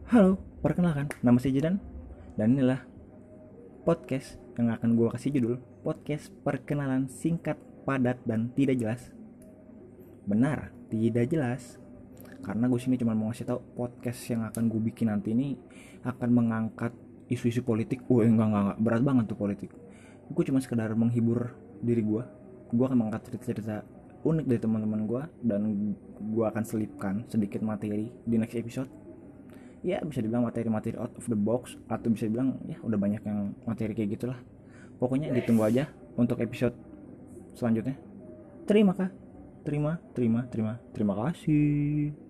Halo, perkenalkan, nama saya Jidan dan inilah podcast yang akan gue kasih judul podcast perkenalan singkat, padat, dan tidak jelas. Benar, tidak jelas. Karena gue sini cuma mau ngasih tahu podcast yang akan gue bikin nanti ini akan mengangkat isu-isu politik. Enggak, berat banget tuh politik. Gue cuma sekedar menghibur diri gue. Gue akan mengangkat cerita-cerita unik dari teman-teman gue dan gue akan selipkan sedikit materi di next episode. Ya bisa dibilang materi-materi out of the box atau bisa dibilang ya udah banyak yang materi kayak gitulah. Pokoknya ditunggu aja untuk episode selanjutnya. Terima kasih.